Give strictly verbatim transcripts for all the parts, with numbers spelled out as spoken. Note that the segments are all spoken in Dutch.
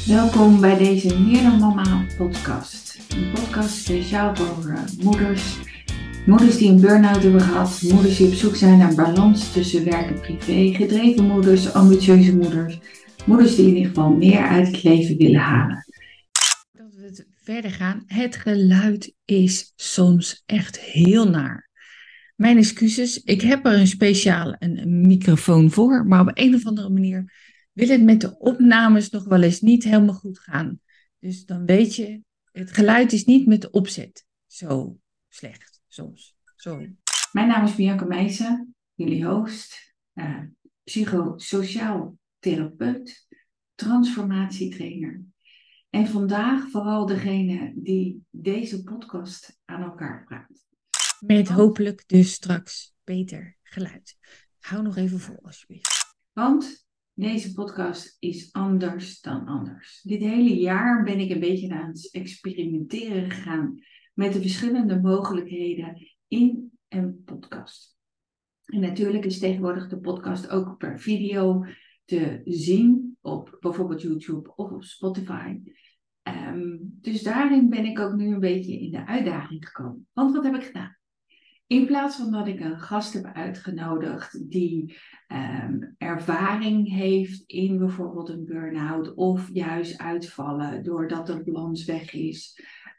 Welkom bij deze Meer dan Mama podcast. Een podcast speciaal voor uh, moeders. Moeders die een burn-out hebben gehad. Moeders die op zoek zijn naar balans tussen werk en privé. Gedreven moeders, ambitieuze moeders. Moeders die in ieder geval meer uit het leven willen halen. Dat we het verder gaan. Het geluid is soms echt heel naar. Mijn excuses. Ik heb er een speciaal een microfoon voor. Maar op een of andere manier wil het met de opnames nog wel eens niet helemaal goed gaan. Dus dan weet je, het geluid is niet met de opzet zo slecht soms. Sorry. Mijn naam is Bianca Meijsen, jullie host, uh, psychosociaal therapeut, transformatietrainer. En vandaag vooral degene die deze podcast aan elkaar praat. Met hopelijk dus straks beter geluid. Hou nog even vol alsjeblieft. Want deze podcast is anders dan anders. Dit hele jaar ben ik een beetje aan het experimenteren gegaan met de verschillende mogelijkheden in een podcast. En natuurlijk is tegenwoordig de podcast ook per video te zien op bijvoorbeeld YouTube of op Spotify. Um, dus daarin ben ik ook nu een beetje in de uitdaging gekomen. Want wat heb ik gedaan? In plaats van dat ik een gast heb uitgenodigd die um, ervaring heeft in bijvoorbeeld een burn-out of juist uitvallen doordat de balans weg is.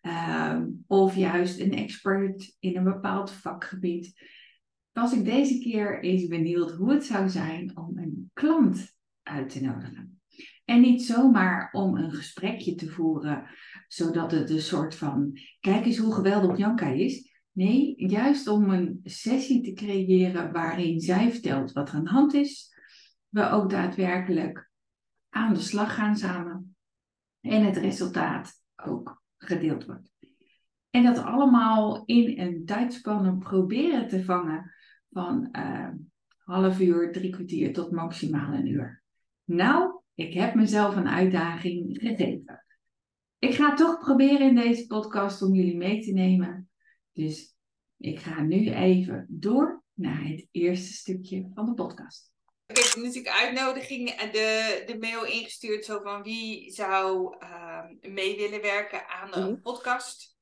Um, of juist een expert in een bepaald vakgebied. Was ik deze keer eens benieuwd hoe het zou zijn om een klant uit te nodigen. En niet zomaar om een gesprekje te voeren, zodat het een soort van, kijk eens hoe geweldig Bianca is. Nee, juist om een sessie te creëren waarin zij vertelt wat er aan de hand is. We ook daadwerkelijk aan de slag gaan samen. En het resultaat ook gedeeld wordt. En dat allemaal in een tijdspanne proberen te vangen van uh, half uur, drie kwartier tot maximaal een uur. Nou, ik heb mezelf een uitdaging gegeven. Ik ga toch proberen in deze podcast om jullie mee te nemen. Dus ik ga nu even door naar het eerste stukje van de podcast. Ik heb natuurlijk uitnodiging de, de mail ingestuurd zo van wie zou uh, mee willen werken aan de mm-hmm. podcast.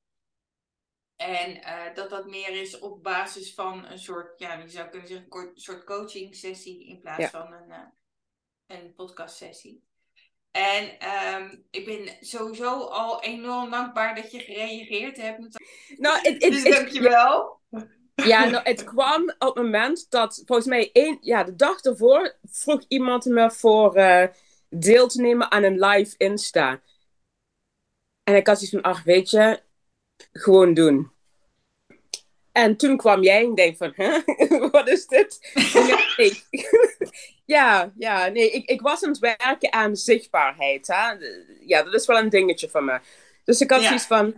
En uh, dat dat meer is op basis van een soort, ja, je zou kunnen zeggen, een soort coaching sessie in plaats ja. van een, uh, een podcast sessie. En um, ik ben sowieso al enorm dankbaar dat je gereageerd hebt. Nou, it, it, dus it, dankjewel. Ja, nou, het kwam op het moment dat, volgens mij, één, ja, de dag ervoor vroeg iemand me voor uh, deel te nemen aan een live Insta. En ik had zoiets van, ach, weet je, gewoon doen. En toen kwam jij en ik denk van, huh? Wat is dit? Nee. ja, ja, nee, ik, ik was aan het werken aan zichtbaarheid. Hè? Ja, dat is wel een dingetje van me. Dus ik had ja. zoiets van,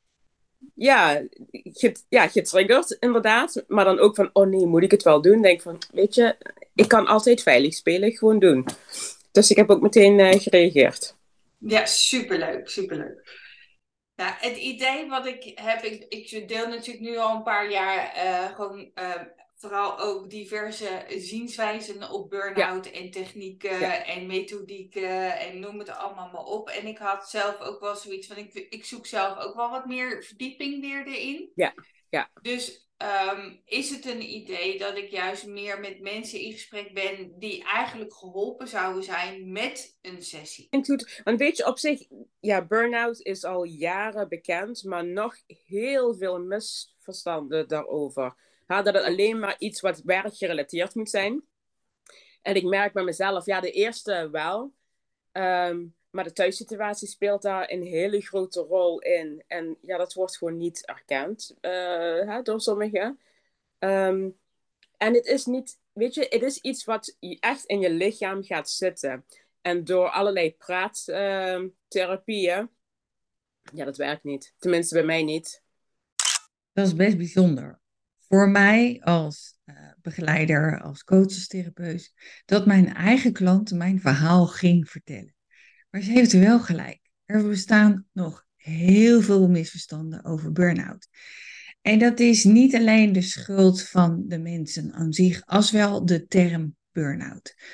ja, get, ja, getriggerd inderdaad. Maar dan ook van, oh nee, moet ik het wel doen? Denk van, weet je, ik kan altijd veilig spelen, gewoon doen. Dus ik heb ook meteen uh, gereageerd. Ja, superleuk, superleuk. Nou, het idee wat ik heb, ik, ik deel natuurlijk nu al een paar jaar uh, gewoon uh, vooral ook diverse zienswijzen op burn-out ja. en technieken ja. en methodieken en noem het allemaal maar op. En ik had zelf ook wel zoiets van, ik, ik zoek zelf ook wel wat meer verdieping weer erin. Ja, ja. Dus um, is het een idee dat ik juist meer met mensen in gesprek ben die eigenlijk geholpen zouden zijn met een sessie? Want weet je, op zich, ja, burn-out is al jaren bekend, maar nog heel veel misverstanden daarover. Ja, dat het alleen maar iets wat werkgerelateerd moet zijn. En ik merk bij mezelf, ja, de eerste wel. Um, maar de thuissituatie speelt daar een hele grote rol in. En ja, dat wordt gewoon niet erkend uh, hè, door sommigen. Um, en het is niet, weet je, het is iets wat echt in je lichaam gaat zitten. En door allerlei praattherapieën, uh, ja, dat werkt niet. Tenminste, bij mij niet. Dat is best bijzonder. Voor mij als uh, begeleider, als coachestherapeut, dat mijn eigen klant mijn verhaal ging vertellen. Maar ze heeft wel gelijk. Er bestaan nog heel veel misverstanden over burn-out. En dat is niet alleen de schuld van de mensen aan zich, als wel de term burn-out.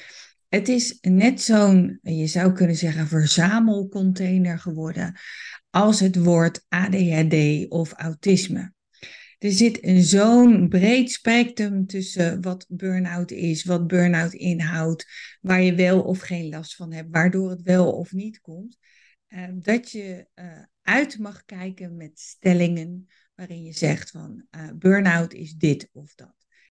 Het is net zo'n, je zou kunnen zeggen, verzamelcontainer geworden als het woord A D H D of autisme. Er zit een zo'n breed spectrum tussen wat burn-out is, wat burn-out inhoudt, waar je wel of geen last van hebt, waardoor het wel of niet komt, uh, dat je uh, uit mag kijken met stellingen waarin je zegt van uh, burn-out is dit of dat.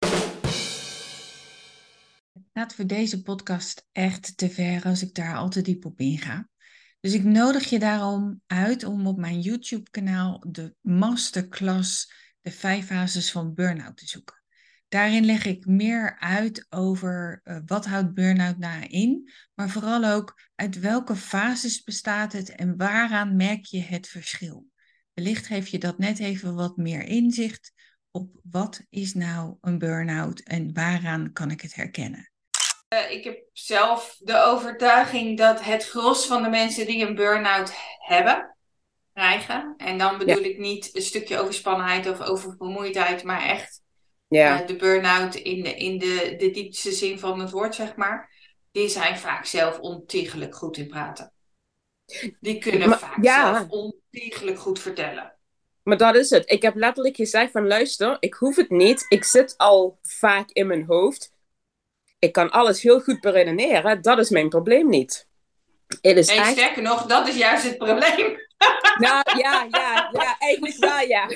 Het gaat voor deze podcast echt te ver als ik daar al te diep op inga. Dus ik nodig je daarom uit om op mijn YouTube-kanaal de masterclass De vijf fases van burn-out te zoeken. Daarin leg ik meer uit over uh, wat houdt burn-out nou in, maar vooral ook uit welke fases bestaat het en waaraan merk je het verschil. Wellicht geef je dat net even wat meer inzicht op wat is nou een burn-out en waaraan kan ik het herkennen. Uh, ik heb zelf de overtuiging dat het gros van de mensen die een burn-out hebben, krijgen. En dan bedoel ja. ik niet een stukje overspannenheid of oververmoeidheid, maar echt ja. uh, de burn-out in, de, in de, de diepste zin van het woord, zeg maar. Die zijn vaak zelf ontiegelijk goed in praten. Die kunnen maar, vaak ja. zelf ontiegelijk goed vertellen. Maar dat is het. Ik heb letterlijk gezegd van luister, ik hoef het niet. Ik zit al vaak in mijn hoofd. Ik kan alles heel goed beredeneren. Dat is mijn probleem niet. Het is en echt... sterker nog, dat is juist het probleem. Nou, ja, ja, ja, eigenlijk wel, ja.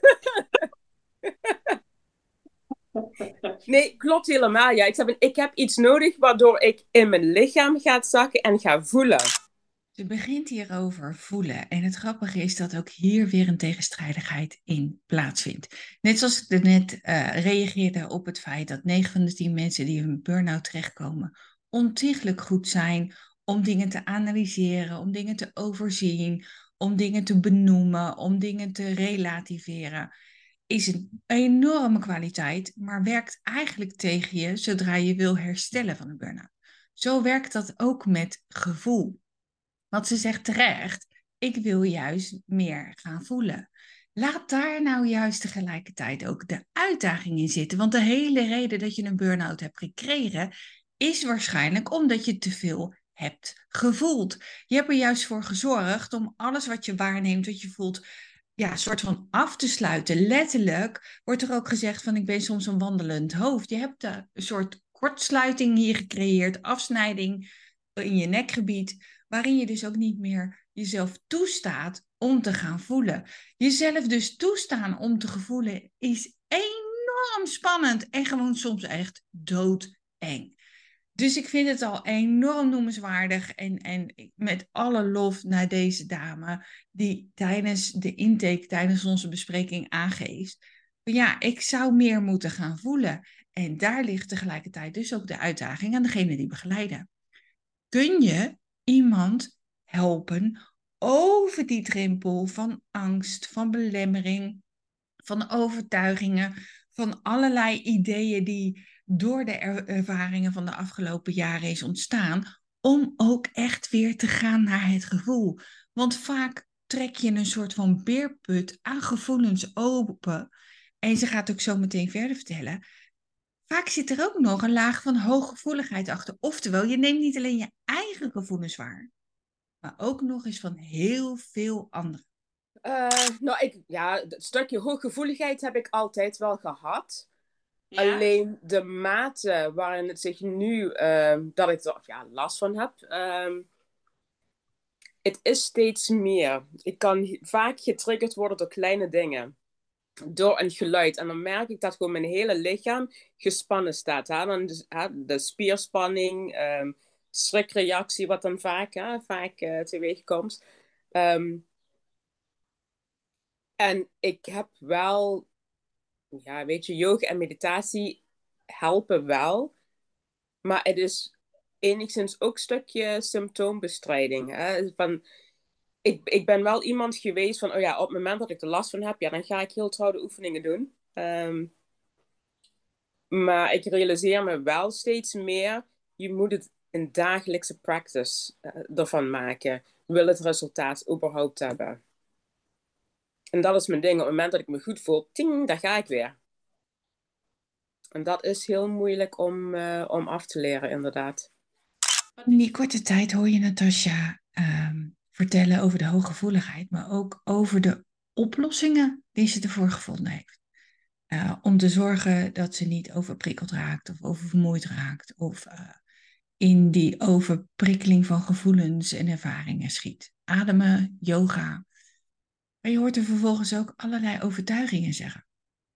Nee, klopt helemaal, ja. Ik heb, ik heb iets nodig waardoor ik in mijn lichaam ga zakken en ga voelen. Ze begint hierover voelen. En het grappige is dat ook hier weer een tegenstrijdigheid in plaatsvindt. Net zoals ik er net uh, reageerde op het feit dat negen van de tien mensen die in een burn-out terechtkomen ontiegelijk goed zijn om dingen te analyseren, om dingen te overzien, om dingen te benoemen, om dingen te relativeren, is een enorme kwaliteit, maar werkt eigenlijk tegen je zodra je wil herstellen van een burn-out. Zo werkt dat ook met gevoel. Want ze zegt terecht, ik wil juist meer gaan voelen. Laat daar nou juist tegelijkertijd ook de uitdaging in zitten. Want de hele reden dat je een burn-out hebt gekregen, is waarschijnlijk omdat je te veel hebt gevoeld. Je hebt er juist voor gezorgd om alles wat je waarneemt, wat je voelt, ja, een soort van af te sluiten. Letterlijk wordt er ook gezegd van ik ben soms een wandelend hoofd. Je hebt een soort kortsluiting hier gecreëerd, afsnijding in je nekgebied, waarin je dus ook niet meer jezelf toestaat om te gaan voelen. Jezelf dus toestaan om te voelen is enorm spannend en gewoon soms echt doodeng. Dus ik vind het al enorm noemenswaardig en, en met alle lof naar deze dame die tijdens de intake, tijdens onze bespreking aangeeft. Ja, ik zou meer moeten gaan voelen. En daar ligt tegelijkertijd dus ook de uitdaging aan degene die begeleiden. Kun je iemand helpen over die drempel van angst, van belemmering, van overtuigingen, van allerlei ideeën die door de er- ervaringen van de afgelopen jaren is ontstaan, om ook echt weer te gaan naar het gevoel. Want vaak trek je een soort van beerput aan gevoelens open. En ze gaat ook zo meteen verder vertellen. Vaak zit er ook nog een laag van hooggevoeligheid achter. Oftewel, je neemt niet alleen je eigen gevoelens waar, maar ook nog eens van heel veel anderen. Uh, nou, ik, ja, het stukje hooggevoeligheid heb ik altijd wel gehad. Ja. Alleen de mate waarin het zich nu, uh, dat ik er ja, last van heb, uh, het is steeds meer. Ik kan vaak getriggerd worden door kleine dingen. Door een geluid. En dan merk ik dat gewoon mijn hele lichaam gespannen staat. Hè? Dan de, hè, de spierspanning, um, schrikreactie, wat dan vaak, hè, vaak uh, teweeg komt. Um, en ik heb wel, ja, weet je, yoga en meditatie helpen wel. Maar het is enigszins ook een stukje symptoombestrijding. Hè? Van, Ik, ik ben wel iemand geweest van, oh ja, op het moment dat ik er last van heb, ja, dan ga ik heel trouw de oefeningen doen. Um, maar ik realiseer me wel steeds meer, je moet het een dagelijkse practice uh, ervan maken. Wil het resultaat überhaupt hebben. En dat is mijn ding. Op het moment dat ik me goed voel, ting, daar ga ik weer. En dat is heel moeilijk om, uh, om af te leren, inderdaad. In die korte tijd hoor je Natasja um, vertellen over de hooggevoeligheid, maar ook over de oplossingen die ze ervoor gevonden heeft. Uh, om te zorgen dat ze niet overprikkeld raakt of oververmoeid raakt of uh, in die overprikkeling van gevoelens en ervaringen schiet. Ademen, yoga. Maar je hoort er vervolgens ook allerlei overtuigingen zeggen.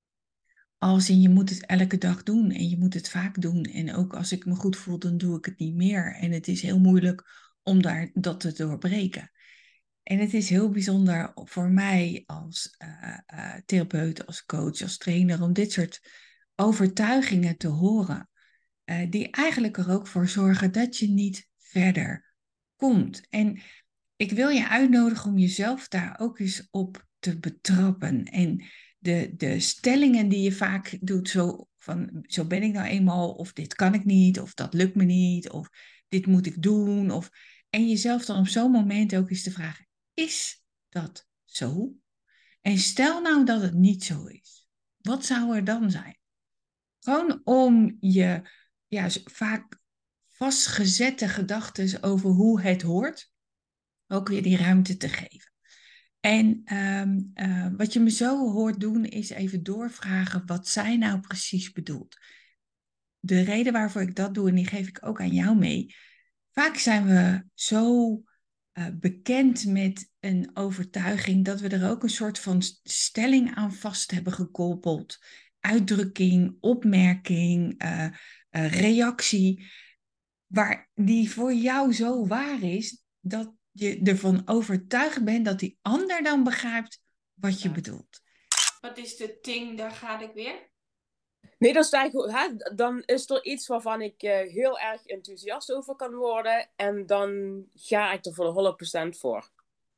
Als in je moet het elke dag doen en je moet het vaak doen. En ook als ik me goed voel, dan doe ik het niet meer. En het is heel moeilijk om daar, dat te doorbreken. En het is heel bijzonder voor mij als uh, uh, therapeut, als coach, als trainer, om dit soort overtuigingen te horen. Uh, die eigenlijk er ook voor zorgen dat je niet verder komt. En ik wil je uitnodigen om jezelf daar ook eens op te betrappen. En de, de stellingen die je vaak doet, zo van zo ben ik nou eenmaal, of dit kan ik niet, of dat lukt me niet, of dit moet ik doen. Of, en jezelf dan op zo'n moment ook eens te vragen, is dat zo? En stel nou dat het niet zo is. Wat zou er dan zijn? Gewoon om je ja, vaak vastgezette gedachten over hoe het hoort, ook weer die ruimte te geven. En um, uh, wat je me zo hoort doen is even doorvragen wat zij nou precies bedoelt. De reden waarvoor ik dat doe, en die geef ik ook aan jou mee. Vaak zijn we zo uh, bekend met een overtuiging dat we er ook een soort van stelling aan vast hebben gekoppeld. Uitdrukking, opmerking, uh, uh, reactie. Waar die voor jou zo waar is dat je ervan overtuigd bent dat die ander dan begrijpt wat je ja. bedoelt. Wat is de ting, daar ga ik weer? Nee, dat is eigenlijk, hè, dan is er iets waarvan ik uh, heel erg enthousiast over kan worden. En dan ga ik er voor de honderd procent voor.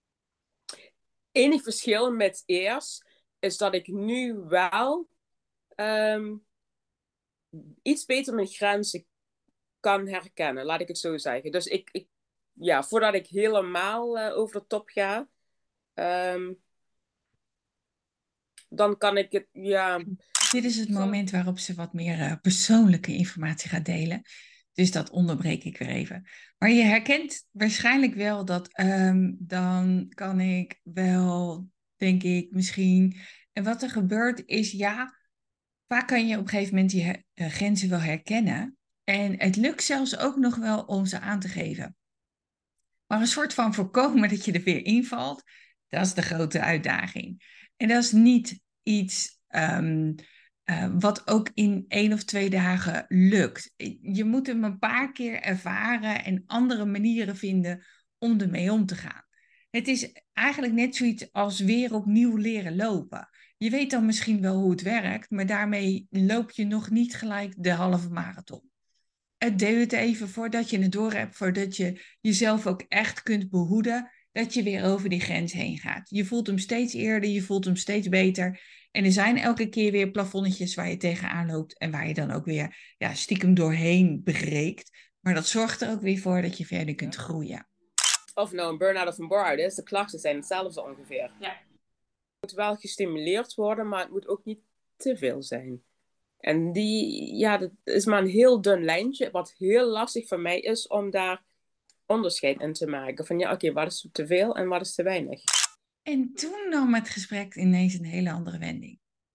Enig verschil met eerst is dat ik nu wel um, iets beter mijn grenzen kan herkennen, laat ik het zo zeggen. Dus ik, ik ja, voordat ik helemaal uh, over de top ga, um, dan kan ik het, ja... Dit is het moment waarop ze wat meer uh, persoonlijke informatie gaat delen. Dus dat onderbreek ik weer even. Maar je herkent waarschijnlijk wel dat um, dan kan ik wel, denk ik, misschien... En wat er gebeurt is, ja, vaak kan je op een gegeven moment die her- uh, grenzen wel herkennen. En het lukt zelfs ook nog wel om ze aan te geven. Maar een soort van voorkomen dat je er weer invalt, dat is de grote uitdaging. En dat is niet iets um, uh, wat ook in één of twee dagen lukt. Je moet hem een paar keer ervaren en andere manieren vinden om ermee om te gaan. Het is eigenlijk net zoiets als weer opnieuw leren lopen. Je weet dan misschien wel hoe het werkt, maar daarmee loop je nog niet gelijk de halve marathon. Het duurt even voordat je het door hebt, voordat je jezelf ook echt kunt behoeden, dat je weer over die grens heen gaat. Je voelt hem steeds eerder, je voelt hem steeds beter. En er zijn elke keer weer plafonnetjes waar je tegenaan loopt en waar je dan ook weer ja, stiekem doorheen breekt. Maar dat zorgt er ook weer voor dat je verder kunt groeien. Of nou een burn-out of een bore-out is, de klachten zijn hetzelfde ongeveer. Ja. Het moet wel gestimuleerd worden, maar het moet ook niet te veel zijn. En die, ja, dat is maar een heel dun lijntje, wat heel lastig voor mij is om daar onderscheid in te maken. Van ja, oké, okay, wat is te veel en wat is te weinig? En toen nam het gesprek ineens een hele andere wending.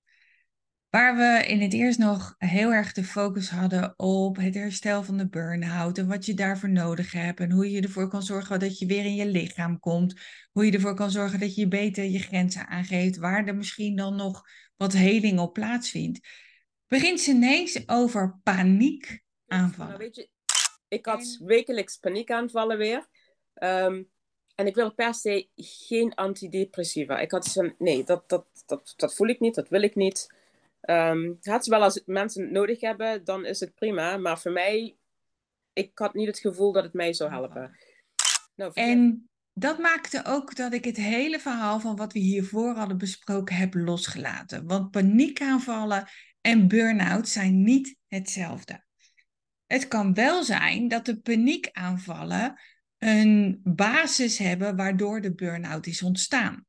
Waar we in het eerst nog heel erg de focus hadden op het herstel van de burn-out en wat je daarvoor nodig hebt en hoe je ervoor kan zorgen dat je weer in je lichaam komt, hoe je ervoor kan zorgen dat je beter je grenzen aangeeft, waar er misschien dan nog wat heling op plaatsvindt, begint ze ineens over paniek aanvallen. Nou, weet je, ik had wekelijks paniekaanvallen weer. Um, en ik wil per se geen antidepressiva. Ik had zo'n, nee, dat, dat, dat, dat voel ik niet, dat wil ik niet. Um, het wel als mensen het nodig hebben, dan is het prima. Maar voor mij, ik had niet het gevoel dat het mij zou helpen. Nou, en dat maakte ook dat ik het hele verhaal van wat we hiervoor hadden besproken heb losgelaten. Want paniekaanvallen en burn-out zijn niet hetzelfde. Het kan wel zijn dat de paniekaanvallen een basis hebben waardoor de burn-out is ontstaan.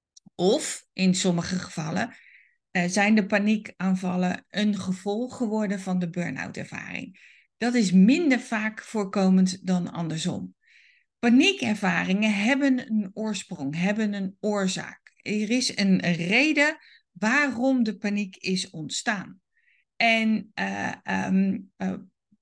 Of in sommige gevallen uh, zijn de paniekaanvallen een gevolg geworden van de burn-out ervaring. dat is minder vaak voorkomend dan andersom. Paniekervaringen hebben een oorsprong, hebben een oorzaak. Er is een reden waarom de paniek is ontstaan. En uh, um, uh,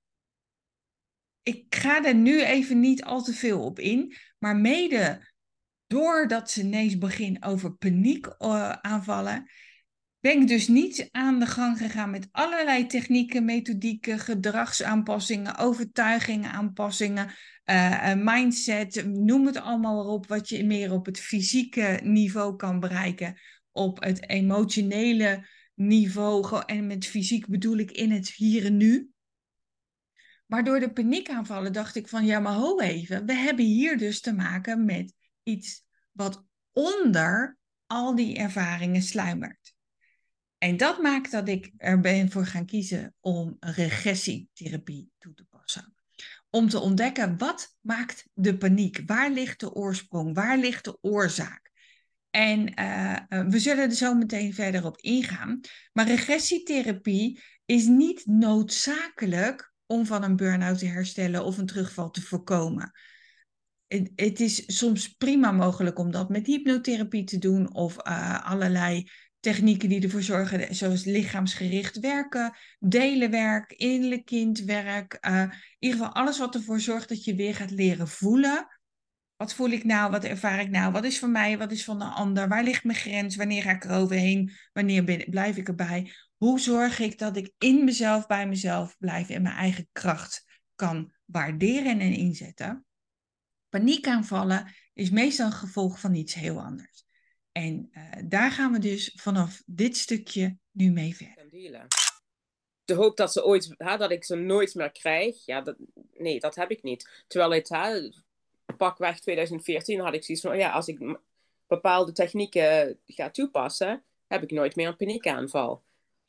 ik ga er nu even niet al te veel op in, maar mede doordat ze ineens begin over paniekaanvallen, uh, ben ik dus niet aan de gang gegaan met allerlei technieken, methodieken, gedragsaanpassingen, overtuigingen, aanpassingen, uh, mindset, noem het allemaal maar op, wat je meer op het fysieke niveau kan bereiken, op het emotionele niveau. En met fysiek bedoel ik in het hier en nu. Maar door de paniekaanvallen dacht ik van, ja maar ho even, we hebben hier dus te maken met iets wat onder al die ervaringen sluimert. En dat maakt dat ik er ben voor gaan kiezen om regressietherapie toe te passen. Om te ontdekken, wat maakt de paniek? Waar ligt de oorsprong? Waar ligt de oorzaak? En uh, we zullen er zo meteen verder op ingaan. Maar regressietherapie is niet noodzakelijk om van een burn-out te herstellen of een terugval te voorkomen. Het, het is soms prima mogelijk om dat met hypnotherapie te doen of uh, allerlei technieken die ervoor zorgen, zoals lichaamsgericht werken, delenwerk, innerlijk kindwerk. Uh, in ieder geval alles wat ervoor zorgt dat je weer gaat leren voelen. Wat voel ik nou? Wat ervaar ik nou? Wat is van mij? Wat is van de ander? Waar ligt mijn grens? Wanneer ga ik eroverheen? Wanneer ben, blijf ik erbij? Hoe zorg ik dat ik in mezelf, bij mezelf blijf en mijn eigen kracht kan waarderen en inzetten? Paniekaanvallen is meestal een gevolg van iets heel anders. En uh, daar gaan we dus vanaf dit stukje nu mee verder. De hoop dat, ze ooit, hè, dat ik ze nooit meer krijg, ja, dat, nee, dat heb ik niet. Terwijl het, hè, pakweg twintig veertien had ik zoiets van, ja, als ik bepaalde technieken ga toepassen, heb ik nooit meer een paniekaanval.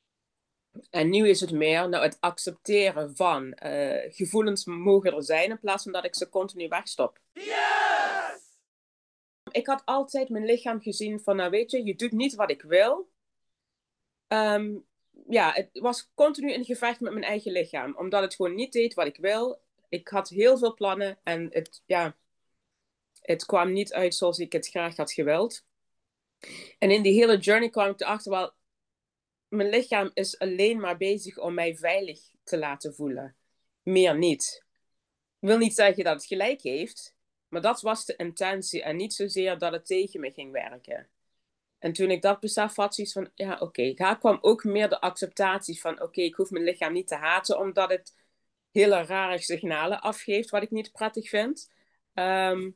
En nu is het meer nou, het accepteren van uh, gevoelens mogen er zijn in plaats van dat ik ze continu wegstop. Yes! Ik had altijd mijn lichaam gezien van, nou weet je, je doet niet wat ik wil. Um, ja, het was continu in gevecht met mijn eigen lichaam, omdat het gewoon niet deed wat ik wil. Ik had heel veel plannen en het, ja, het kwam niet uit zoals ik het graag had gewild. En in die hele journey kwam ik erachter wel, mijn lichaam is alleen maar bezig om mij veilig te laten voelen. Meer niet. Ik wil niet zeggen dat het gelijk heeft, maar dat was de intentie en niet zozeer dat het tegen me ging werken. En toen ik dat besef had, zoiets van, ja oké, okay. Daar kwam ook meer de acceptatie van, oké, okay, ik hoef mijn lichaam niet te haten, omdat het hele rare signalen afgeeft, wat ik niet prettig vind. Um,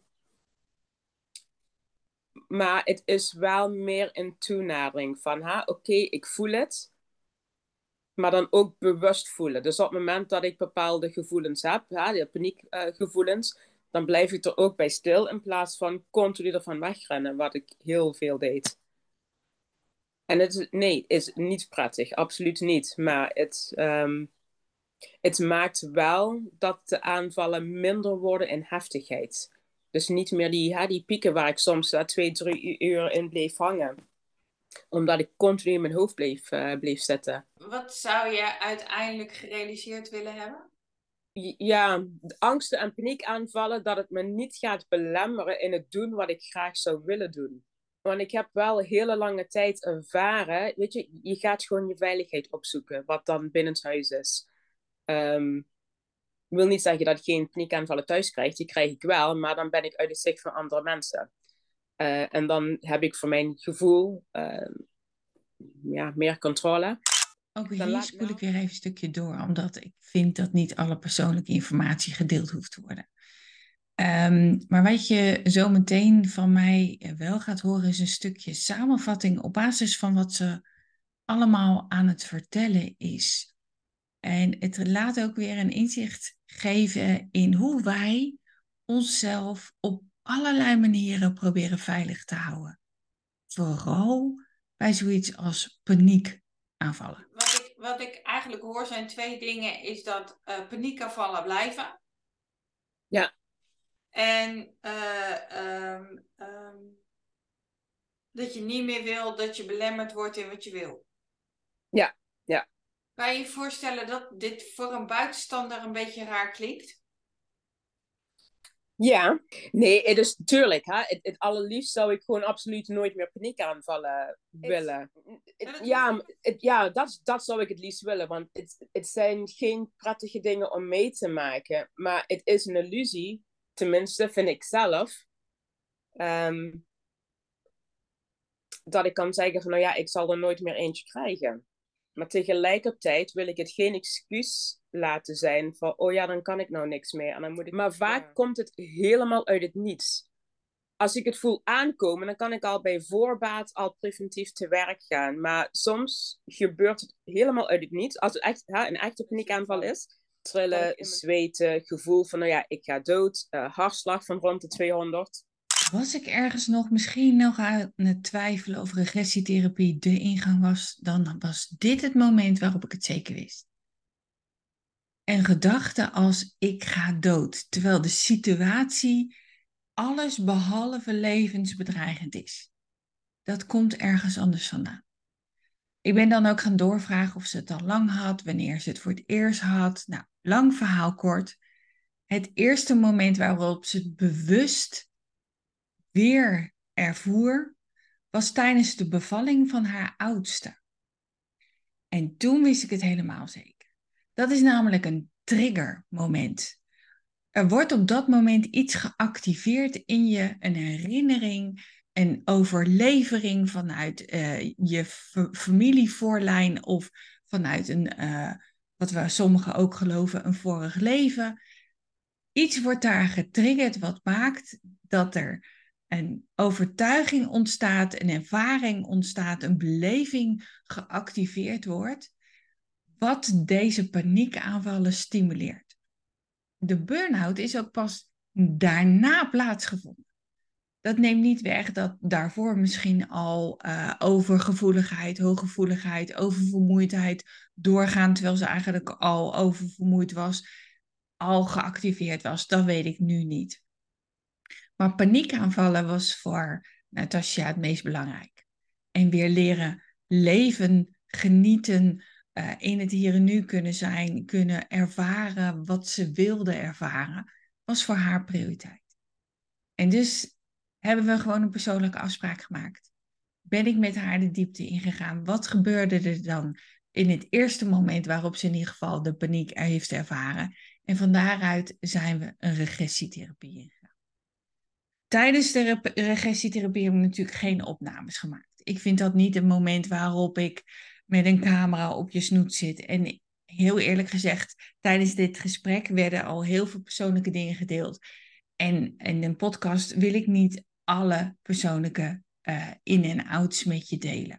maar het is wel meer een toenadering van, oké, okay, ik voel het, maar dan ook bewust voelen. Dus op het moment dat ik bepaalde gevoelens heb, hè, die paniekgevoelens, uh, dan blijf ik er ook bij stil, in plaats van continu ervan wegrennen, wat ik heel veel deed. En het is, nee, is niet prettig, absoluut niet. Maar het, um, het maakt wel dat de aanvallen minder worden in heftigheid. Dus niet meer die, ja, die pieken waar ik soms uh, twee, drie uur in bleef hangen. Omdat ik continu in mijn hoofd bleef, uh, bleef zitten. Wat zou je uiteindelijk gerealiseerd willen hebben? Ja, de angsten en paniekaanvallen, dat het me niet gaat belemmeren in het doen wat ik graag zou willen doen. Want ik heb wel een hele lange tijd ervaren, weet je, je gaat gewoon je veiligheid opzoeken, wat dan binnenshuis is. Um, ik wil niet zeggen dat ik geen paniekaanvallen thuis krijg, die krijg ik wel, maar dan ben ik uit het zicht van andere mensen. Uh, en dan heb ik voor mijn gevoel uh, ja, meer controle. Ook hier spoel ik weer even een stukje door, omdat ik vind dat niet alle persoonlijke informatie gedeeld hoeft te worden. Um, maar wat je zo meteen van mij wel gaat horen is een stukje samenvatting op basis van wat ze allemaal aan het vertellen is. En het laat ook weer een inzicht geven in hoe wij onszelf op allerlei manieren proberen veilig te houden. Vooral bij zoiets als paniekaanvallen. Wat ik, wat ik eigenlijk hoor zijn twee dingen, is dat uh, paniekaanvallen blijven. Ja. En uh, um, um, dat je niet meer wil dat je belemmerd wordt in wat je wil. Ja, ja. Kan je je voorstellen dat dit voor een buitenstander een beetje raar klinkt? Ja, nee, het is natuurlijk. Hè, het, het allerliefst zou ik gewoon absoluut nooit meer paniekaanvallen willen. Het, ja, het, ja dat, dat zou ik het liefst willen, want het, het zijn geen prettige dingen om mee te maken. Maar het is een illusie, tenminste vind ik zelf, um, dat ik kan zeggen van nou ja, ik zal er nooit meer eentje krijgen. Maar tegelijkertijd wil ik het geen excuus laten zijn van, oh ja, dan kan ik nou niks meer. En dan moet ik... Maar vaak ja. komt het helemaal uit het niets. Als ik het voel aankomen, dan kan ik al bij voorbaat al preventief te werk gaan. Maar soms gebeurt het helemaal uit het niets. Als het echt hè, een echte paniekaanval is, trillen, zweten, gevoel van, nou ja, ik ga dood, uh, hartslag van rond de tweehonderd. Was ik ergens nog misschien nog aan het twijfelen of regressietherapie de ingang was, dan was dit het moment waarop ik het zeker wist. En gedachten als ik ga dood, terwijl de situatie alles behalve levensbedreigend is. Dat komt ergens anders vandaan. Ik ben dan ook gaan doorvragen of ze het al lang had, wanneer ze het voor het eerst had. Nou, lang verhaal kort. Het eerste moment waarop ze het bewust weer ervoer, was tijdens de bevalling van haar oudste. En toen wist ik het helemaal zeker. Dat is namelijk een triggermoment. Er wordt op dat moment iets geactiveerd in je, een herinnering, een overlevering vanuit uh, je f- familievoorlijn of vanuit een, uh, wat we sommigen ook geloven, een vorig leven. Iets wordt daar getriggerd wat maakt dat er een overtuiging ontstaat, een ervaring ontstaat, een beleving geactiveerd wordt, wat deze paniekaanvallen stimuleert. De burn-out is ook pas daarna plaatsgevonden. Dat neemt niet weg dat daarvoor misschien al uh, overgevoeligheid, hooggevoeligheid, oververmoeidheid doorgaan, terwijl ze eigenlijk al oververmoeid was, al geactiveerd was. Dat weet ik nu niet. Maar paniekaanvallen was voor Natasja het meest belangrijk. En weer leren leven, genieten, uh, in het hier en nu kunnen zijn, kunnen ervaren wat ze wilde ervaren, was voor haar prioriteit. En dus hebben we gewoon een persoonlijke afspraak gemaakt. Ben ik met haar de diepte ingegaan? Wat gebeurde er dan in het eerste moment waarop ze in ieder geval de paniek er heeft ervaren? En van daaruit zijn we een regressietherapie ingegaan. Tijdens de regressietherapie heb ik natuurlijk geen opnames gemaakt. Ik vind dat niet een moment waarop ik met een camera op je snoet zit. En heel eerlijk gezegd, tijdens dit gesprek werden al heel veel persoonlijke dingen gedeeld. En in een podcast wil ik niet alle persoonlijke uh, in- en outs met je delen.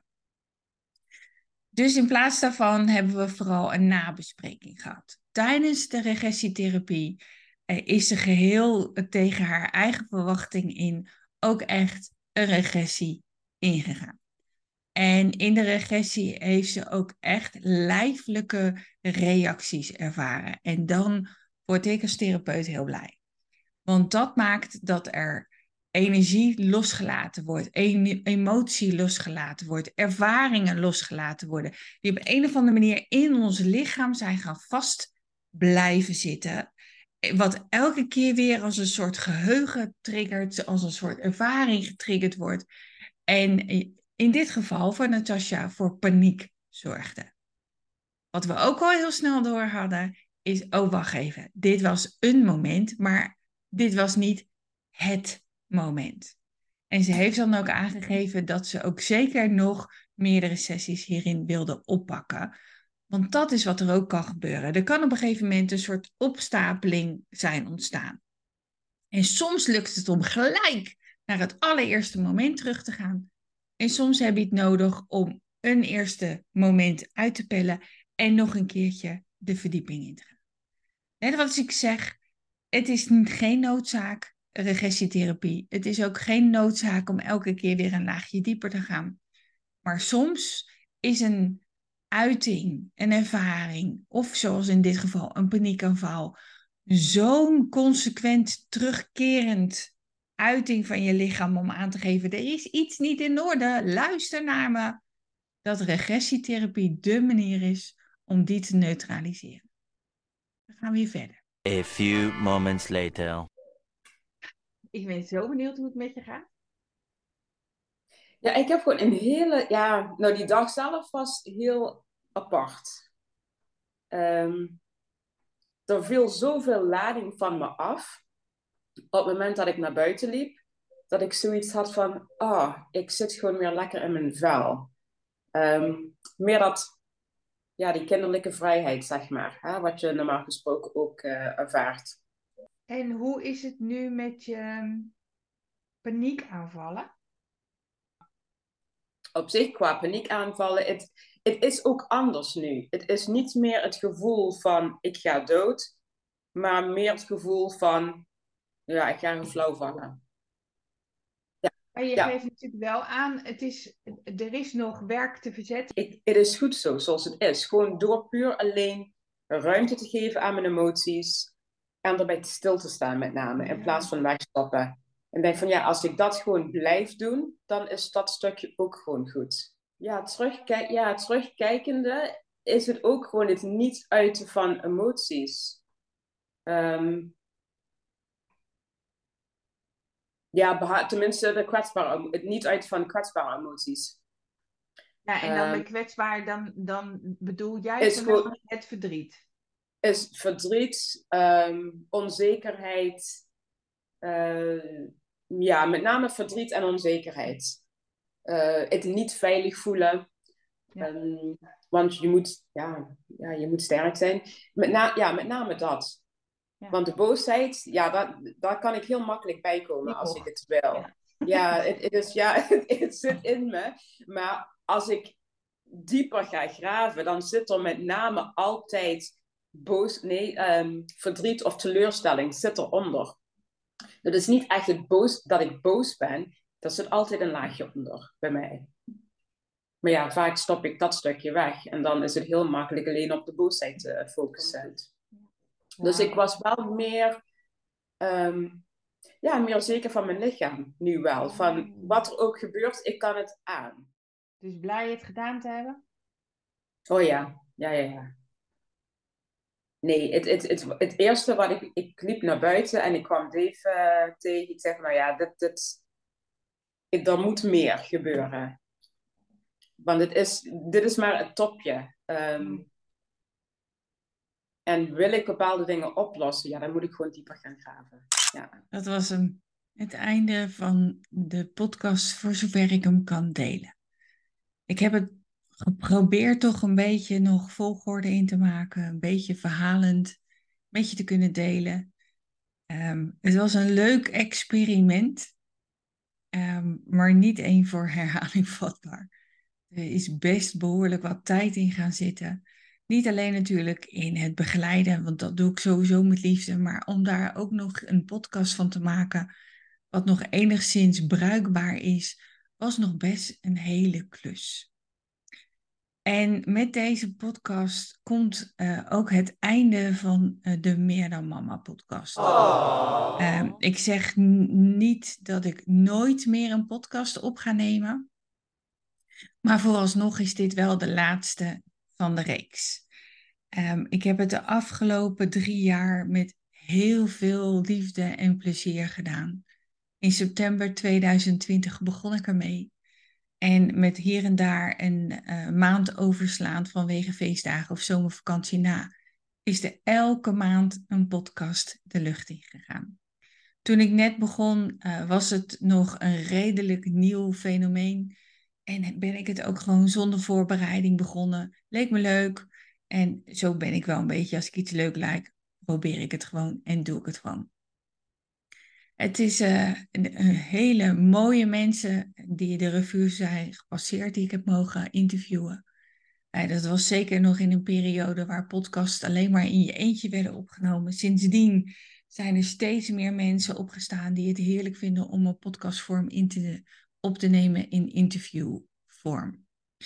Dus in plaats daarvan hebben we vooral een nabespreking gehad. Tijdens de regressietherapie is ze geheel tegen haar eigen verwachting in ook echt een regressie ingegaan. En in de regressie heeft ze ook echt lijfelijke reacties ervaren. En dan word ik als therapeut heel blij. Want dat maakt dat er energie losgelaten wordt, emotie losgelaten wordt, ervaringen losgelaten worden, die op een of andere manier in ons lichaam zijn gaan vast blijven zitten. Wat elke keer weer als een soort geheugen triggert, als een soort ervaring getriggerd wordt. En in dit geval voor Natasja voor paniek zorgde. Wat we ook al heel snel door hadden, is, oh wacht even, dit was een moment, maar dit was niet het moment. En ze heeft dan ook aangegeven dat ze ook zeker nog meerdere sessies hierin wilde oppakken. Want dat is wat er ook kan gebeuren. Er kan op een gegeven moment een soort opstapeling zijn ontstaan. En soms lukt het om gelijk naar het allereerste moment terug te gaan. En soms heb je het nodig om een eerste moment uit te pellen en nog een keertje de verdieping in te gaan. Net wat ik zeg, het is geen noodzaak, regressietherapie. Het is ook geen noodzaak om elke keer weer een laagje dieper te gaan. Maar soms is een uiting, een ervaring, of zoals in dit geval een paniekaanval, zo'n consequent terugkerend uiting van je lichaam om aan te geven, er is iets niet in orde, luister naar me, dat regressietherapie dé manier is om die te neutraliseren. Dan gaan we weer verder. A few moments later. Ik ben zo benieuwd hoe het met je gaat. Ja, ik heb gewoon een hele... Ja, nou die dag zelf was heel apart. Um, er viel zoveel lading van me af. Op het moment dat ik naar buiten liep, dat ik zoiets had van, ah, oh, ik zit gewoon weer lekker in mijn vel. Um, meer dat, ja, die kinderlijke vrijheid, zeg maar, hè, wat je normaal gesproken ook uh, ervaart. En hoe is het nu met je paniekaanvallen? Op zich, qua paniekaanvallen, het, het is ook anders nu. Het is niet meer het gevoel van, ik ga dood, maar meer het gevoel van, ja, ik ga een flauw vallen. Maar je Ja. geeft natuurlijk wel aan, het is, er is nog werk te verzetten. Ik, het is goed zo, zoals het is. Gewoon door puur alleen ruimte te geven aan mijn emoties. En erbij stil te staan met name, in plaats van wegstappen. En denk van, ja, als ik dat gewoon blijf doen, dan is dat stukje ook gewoon goed. Ja, terugkijk, ja terugkijkende is het ook gewoon het niet uiten van emoties. Um, Ja, beha- tenminste de kwetsbare, het niet uit van kwetsbare emoties. Ja, en dan Um, bij kwetsbaar, dan, dan bedoel jij is voornamelijk gewoon- het verdriet. Is verdriet, um, onzekerheid, uh, ja, met name verdriet en onzekerheid. Uh, het niet veilig voelen. Ja. Um, want je moet, ja, ja, je moet sterk zijn. Met, na- ja, met name dat. Ja. Want de boosheid, ja, daar, daar kan ik heel makkelijk bij komen Die als mocht. ik het wil. Ja. Ja, het, het, is, ja het, het zit in me. Maar als ik dieper ga graven, dan zit er met name altijd boos, nee, um, verdriet of teleurstelling zit eronder. Het is niet echt het boos, dat ik boos ben. Er zit altijd een laagje onder bij mij. Maar ja, vaak stop ik dat stukje weg. En dan is het heel makkelijk alleen op de boosheid te focussen. Dus ik was wel meer, um, ja, meer zeker van mijn lichaam nu wel. Van wat er ook gebeurt, ik kan het aan. Dus blij het gedaan te hebben? Oh ja, ja, ja, ja. Nee, het, het, het, het eerste wat ik, ik liep naar buiten en ik kwam Dave uh, tegen. Ik zeg, nou ja, dit, dit, dit, er moet meer gebeuren. Want het is, dit is maar het topje. Um, En wil ik bepaalde dingen oplossen, ja, dan moet ik gewoon dieper gaan graven. Ja. Dat was hem. Het einde van de podcast voor zover ik hem kan delen. Ik heb het geprobeerd toch een beetje nog volgorde in te maken. Een beetje verhalend. Met je te kunnen delen. Um, het was een leuk experiment. Um, maar niet één voor herhaling vatbaar. Er is best behoorlijk wat tijd in gaan zitten. Niet alleen natuurlijk in het begeleiden, want dat doe ik sowieso met liefde, maar om daar ook nog een podcast van te maken, wat nog enigszins bruikbaar is, was nog best een hele klus. En met deze podcast komt uh, ook het einde van uh, de Meer dan Mama podcast. Uh, ik zeg n- niet dat ik nooit meer een podcast op ga nemen, maar vooralsnog is dit wel de laatste van de reeks. Um, ik heb het de afgelopen drie jaar met heel veel liefde en plezier gedaan. In september tweeduizend twintig begon ik ermee. En met hier en daar een uh, maand overslaan vanwege feestdagen of zomervakantie na, is er elke maand een podcast de lucht in gegaan. Toen ik net begon, uh, was het nog een redelijk nieuw fenomeen. En ben ik het ook gewoon zonder voorbereiding begonnen. Leek me leuk. En zo ben ik wel een beetje, als ik iets leuk lijkt, probeer ik het gewoon en doe ik het gewoon. Het is uh, een, een hele mooie mensen die de revue zijn gepasseerd, die ik heb mogen interviewen. Uh, dat was zeker nog in een periode waar podcasts alleen maar in je eentje werden opgenomen. Sindsdien zijn er steeds meer mensen opgestaan die het heerlijk vinden om een podcastvorm in te, op te nemen in interviewvorm.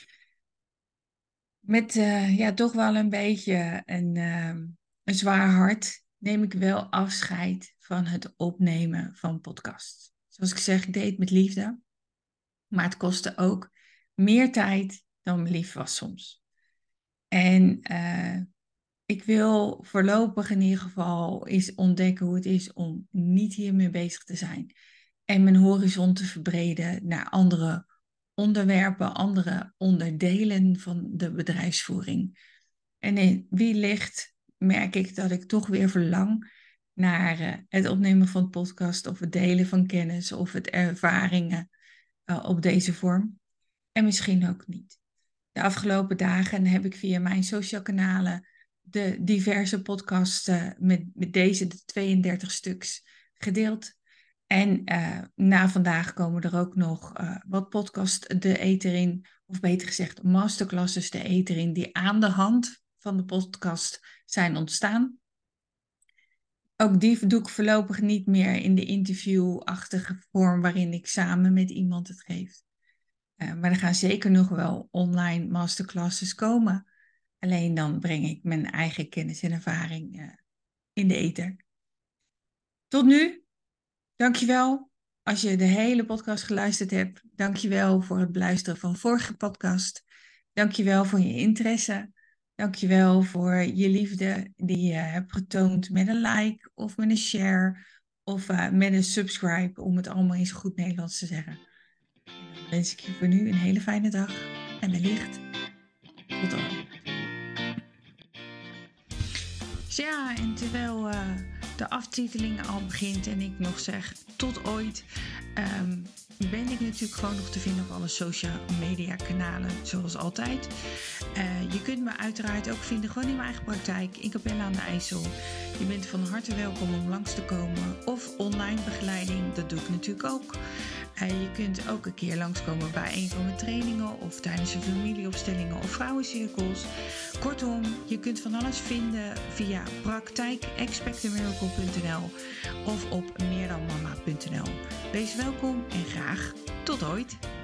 Met uh, ja, toch wel een beetje een, uh, een zwaar hart neem ik wel afscheid van het opnemen van podcasts. Zoals ik zeg, ik deed het met liefde. Maar het kostte ook meer tijd dan me lief was soms. En uh, ik wil voorlopig in ieder geval eens ontdekken hoe het is om niet hiermee bezig te zijn. En mijn horizon te verbreden naar andere onderwerpen, andere onderdelen van de bedrijfsvoering. En in wie ligt merk ik dat ik toch weer verlang naar uh, het opnemen van podcast of het delen van kennis of het ervaringen uh, op deze vorm. En misschien ook niet. De afgelopen dagen heb ik via mijn social kanalen de diverse podcasts uh, met, met deze de tweeëndertig stuks gedeeld. En uh, na vandaag komen er ook nog uh, wat podcasts de ether in, of beter gezegd masterclasses de ether in, die aan de hand van de podcast zijn ontstaan. Ook die doe ik voorlopig niet meer in de interviewachtige vorm waarin ik samen met iemand het geef. Uh, maar er gaan zeker nog wel online masterclasses komen. Alleen dan breng ik mijn eigen kennis en ervaring uh, in de ether. Tot nu. Dankjewel als je de hele podcast geluisterd hebt. Dankjewel voor het beluisteren van vorige podcast. Dankjewel voor je interesse. Dankjewel voor je liefde die je hebt getoond met een like of met een share of uh, met een subscribe, om het allemaal in zo goed Nederlands te zeggen. En dan wens ik je voor nu een hele fijne dag en wellicht tot dan. Ja, en terwijl uh, de aftiteling al begint en ik nog zeg tot ooit, um, ben ik natuurlijk gewoon nog te vinden op alle social media kanalen, zoals altijd. Uh, je kunt me uiteraard ook vinden gewoon in mijn eigen praktijk in Capelle aan de IJssel. Je bent van harte welkom om langs te komen of online begeleiding, dat doe ik natuurlijk ook. Uh, je kunt ook een keer langskomen bij een van mijn trainingen of tijdens een familieopstellingen of vrouwencirkels. Kortom, je kunt van alles vinden via praktijk expect a miracle punt n l of op meer dan mama punt n l. Wees welkom en graag tot ooit!